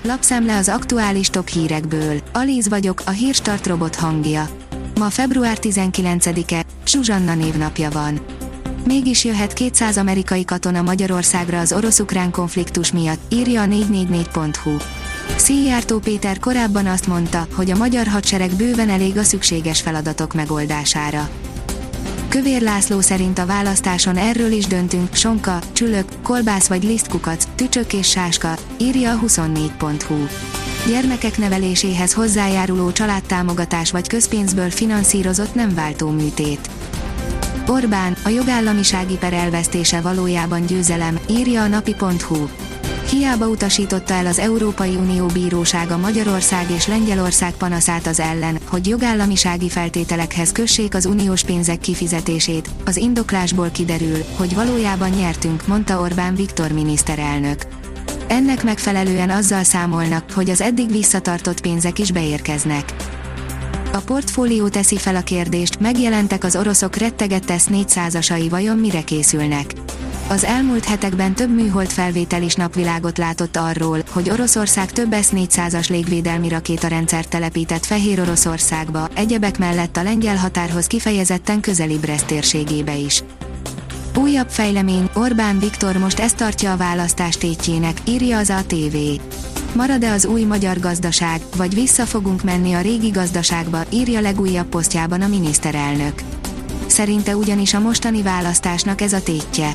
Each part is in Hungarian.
Lapszemle az aktuális top hírekből. Alíz vagyok, a Hírstart robot hangja. Ma február 19-e, Zsuzsanna névnapja van. Mégis jöhet 200 amerikai katona Magyarországra az orosz-ukrán konfliktus miatt, írja a 444.hu. Szijjártó Péter korábban azt mondta, hogy a magyar hadsereg bőven elég a szükséges feladatok megoldására. Kövér László szerint a választáson erről is döntünk, sonka, csülök, kolbász vagy lisztkukac, tücsök és sáska, írja a 24.hu. Gyermekek neveléséhez hozzájáruló családtámogatás vagy közpénzből finanszírozott nem váltó műtét. Orbán, a jogállamisági per elvesztése valójában győzelem, írja a napi.hu. Hiába utasította el az Európai Unió Bírósága Magyarország és Lengyelország panaszát az ellen, hogy jogállamisági feltételekhez kössék az uniós pénzek kifizetését, az indoklásból kiderül, hogy valójában nyertünk, mondta Orbán Viktor miniszterelnök. Ennek megfelelően azzal számolnak, hogy az eddig visszatartott pénzek is beérkeznek. A Portfólió teszi fel a kérdést, megjelentek az oroszok rettegett S-400-asai, vajon mire készülnek? Az elmúlt hetekben több műhold felvétel is napvilágot látott arról, hogy Oroszország több S-400-as légvédelmi rakétarendszert telepített Fehéroroszországba, egyebek mellett a lengyel határhoz kifejezetten közeli Brest térségébe is. Újabb fejlemény, Orbán Viktor most ezt tartja a választás tétjének, írja az ATV. Marad-e az új magyar gazdaság, vagy vissza fogunk menni a régi gazdaságba, írja legújabb posztjában a miniszterelnök. Szerinte ugyanis a mostani választásnak ez a tétje.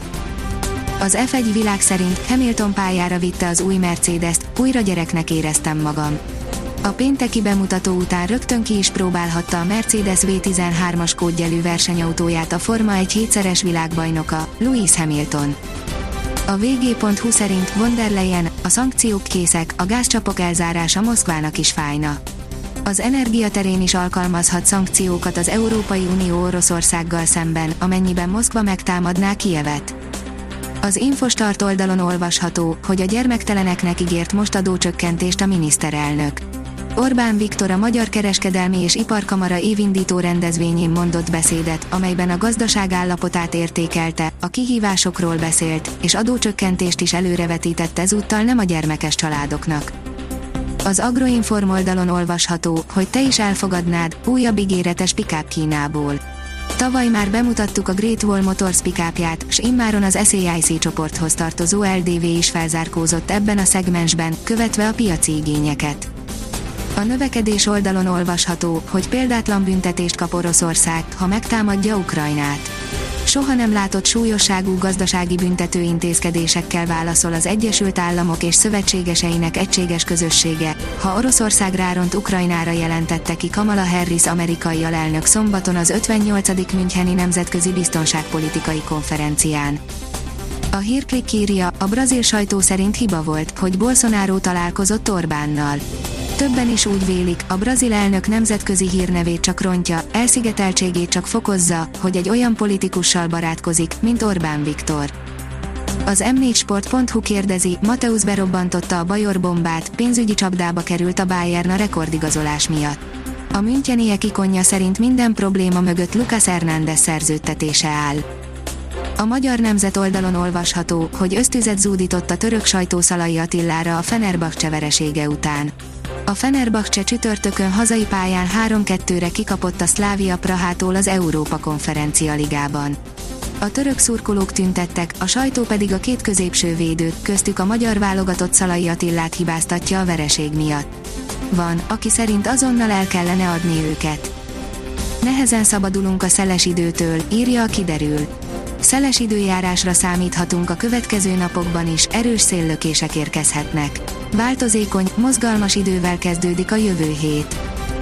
Az F1 világ szerint Hamilton pályára vitte az új Mercedes-t, újra gyereknek éreztem magam. A pénteki bemutató után rögtön ki is próbálhatta a Mercedes V13-as kódjelű versenyautóját a Forma 1 hétszeres világbajnoka, Lewis Hamilton. A vg.hu szerint von der Leyen, a szankciók készek, a gázcsapok elzárása Moszkvának is fájna. Az energia terén is alkalmazhat szankciókat az Európai Unió Oroszországgal szemben, amennyiben Moszkva megtámadná Kijevet. Az Infostart oldalon olvasható, hogy a gyermekteleneknek ígért most adócsökkentést a miniszterelnök. Orbán Viktor a Magyar Kereskedelmi és Iparkamara évindító rendezvényén mondott beszédet, amelyben a gazdaság állapotát értékelte, a kihívásokról beszélt, és adócsökkentést is előrevetített ezúttal nem a gyermekes családoknak. Az Agroinform oldalon olvasható, hogy te is elfogadnád, újabb ígéretes pick-up Kínából. Tavaly már bemutattuk a Great Wall Motors pick-upját, s immáron az SAIC csoporthoz tartozó LDV is felzárkózott ebben a szegmensben, követve a piaci igényeket. A növekedés oldalon olvasható, hogy példátlan büntetést kap Oroszország, ha megtámadja Ukrajnát. Soha nem látott súlyosságú gazdasági büntető intézkedésekkel válaszol az Egyesült Államok és szövetségeseinek egységes közössége, ha Oroszország ráront Ukrajnára, jelentette ki Kamala Harris amerikai alelnök szombaton az 58. Müncheni Nemzetközi Biztonságpolitikai Konferencián. A Hírklikk írja, a brazil sajtó szerint hiba volt, hogy Bolsonaro találkozott Orbánnal. Többen is úgy vélik, a brazil elnök nemzetközi hírnevét csak rontja, elszigeteltségét csak fokozza, hogy egy olyan politikussal barátkozik, mint Orbán Viktor. Az m4sport.hu kérdezi, Mateusz berobbantotta a Bajor bombát, pénzügyi csapdába került a Bayern a rekordigazolás miatt. A müncheniek ikonja szerint minden probléma mögött Lucas Hernández szerződtetése áll. A Magyar Nemzet oldalon olvasható, hogy ösztüzet zúdított a török sajtó Szalai Attilára a Fenerbahce veresége után. A Fenerbahce csütörtökön hazai pályán 3-2-re kikapott a Slavia Prahától az Európa Konferencia Ligában. A török szurkolók tüntettek, a sajtó pedig a két középső védőt, köztük a magyar válogatott Szalai Attillát hibáztatja a vereség miatt. Van, aki szerint azonnal el kellene adni őket. Nehezen szabadulunk a szeles időtől, írja a Kiderül. Szeles időjárásra számíthatunk a következő napokban is, erős széllökések érkezhetnek. Változékony, mozgalmas idővel kezdődik a jövő hét.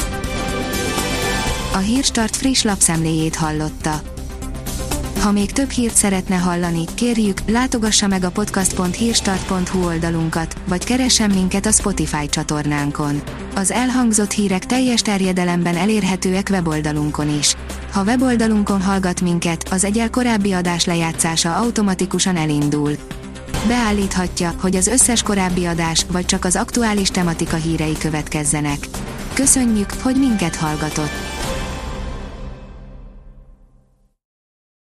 A Hírstart friss lapszemléjét hallotta. Ha még több hírt szeretne hallani, kérjük, látogassa meg a podcast.hírstart.hu oldalunkat, vagy keressen minket a Spotify csatornánkon. Az elhangzott hírek teljes terjedelemben elérhetőek weboldalunkon is. Ha weboldalunkon hallgat minket, az egyel korábbi adás lejátszása automatikusan elindul. Beállíthatja, hogy az összes korábbi adás, vagy csak az aktuális tematika hírei következzenek. Köszönjük, hogy minket hallgatott!